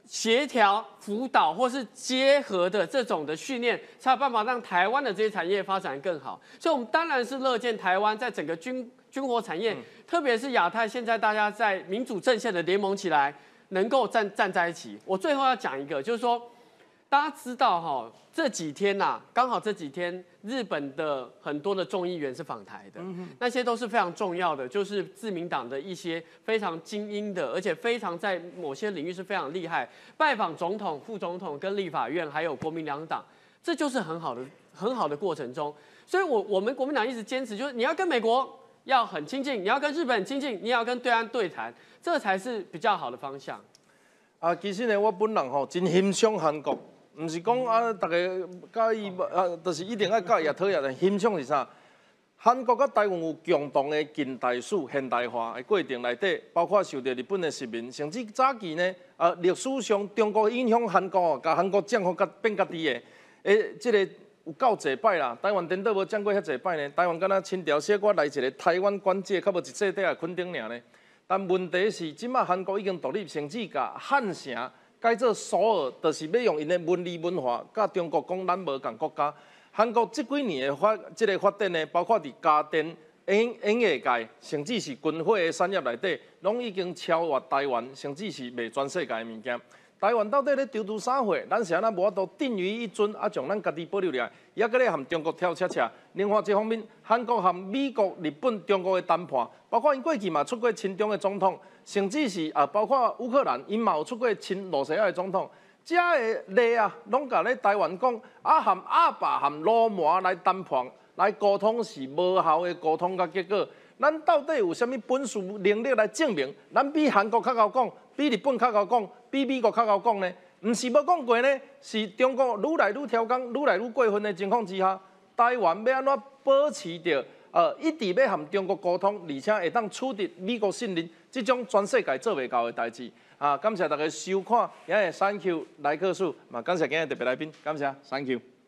协调、辅导或是结合的这种的训练，才有办法让台湾的这些产业发展更好。所以，我们当然是乐见台湾在整个军军火产业，嗯、特别是亚太，现在大家在民主阵线的联盟起来，能够站站在一起。我最后要讲一个，就是说，大家知道哈，这几天呐、啊，刚好这几天，日本的很多的众议员是访台的，嗯、那些都是非常重要的，就是自民党的一些非常精英的，而且非常在某些领域是非常厉害，拜访总统、副总统跟立法院，还有国民两党，这就是很好的、很好的过程中。所以我，我我们国民党一直坚持，就是你要跟美国要很亲近，你要跟日本很亲近，你也要跟对岸对谈，这才是比较好的方向。 啊，其实呢，我本人吼真欣赏韩国。唔是讲啊，大家介意啊，就是一定要介意也讨厌的。欣赏是啥？韩国甲台湾有共同的近代史现代化的过程内底，包括受到日本的殖民，甚至早期呢，啊历史上中国影响韩国，甲韩国降服甲变家己的，诶，即个有够济摆啦。台湾颠倒无降过遐济摆呢。台湾敢若清朝写我来一个台湾关界，较无一世底啊昆顶尔呢。但问题是，即马韩国已经独立，甚至甲汉城改做首尔，就是要用因的文理文化，甲中国讲咱无共国家。韩国这几年的发，即、这个发展呢，包括伫家电、演演艺界，甚至是军火的产业内底，拢已经超越台湾，甚至是卖全世界的物件。台湾到底咧筹拄啥货？咱是安那无法度定于一尊，啊，将咱家己保留下来，也搁咧含中国跳恰恰。另外一方面，韩国含美国、日本、中国的谈判，包括因过去嘛出过亲中的总统，甚至是啊，包括乌克兰，因嘛有出过亲罗西亚的总统。这个例啊，拢甲咧台湾讲，啊含阿爸含罗麻来谈判、来沟通是无效的沟通甲结果。咱到底有啥物本事能力来证明？咱比韩国较高讲，比日本较高讲，比美国较高讲呢？毋是无讲过呢，是中国愈来愈挑工、愈来愈过分的情况之下，台湾要安怎保持着呃一直要和中国沟通，而且会当取得美国信任，这种全世界做袂到的代志。啊，感谢大家收看今日 Thank you 来客数，嘛感谢今日特别来宾，感谢 Thank you。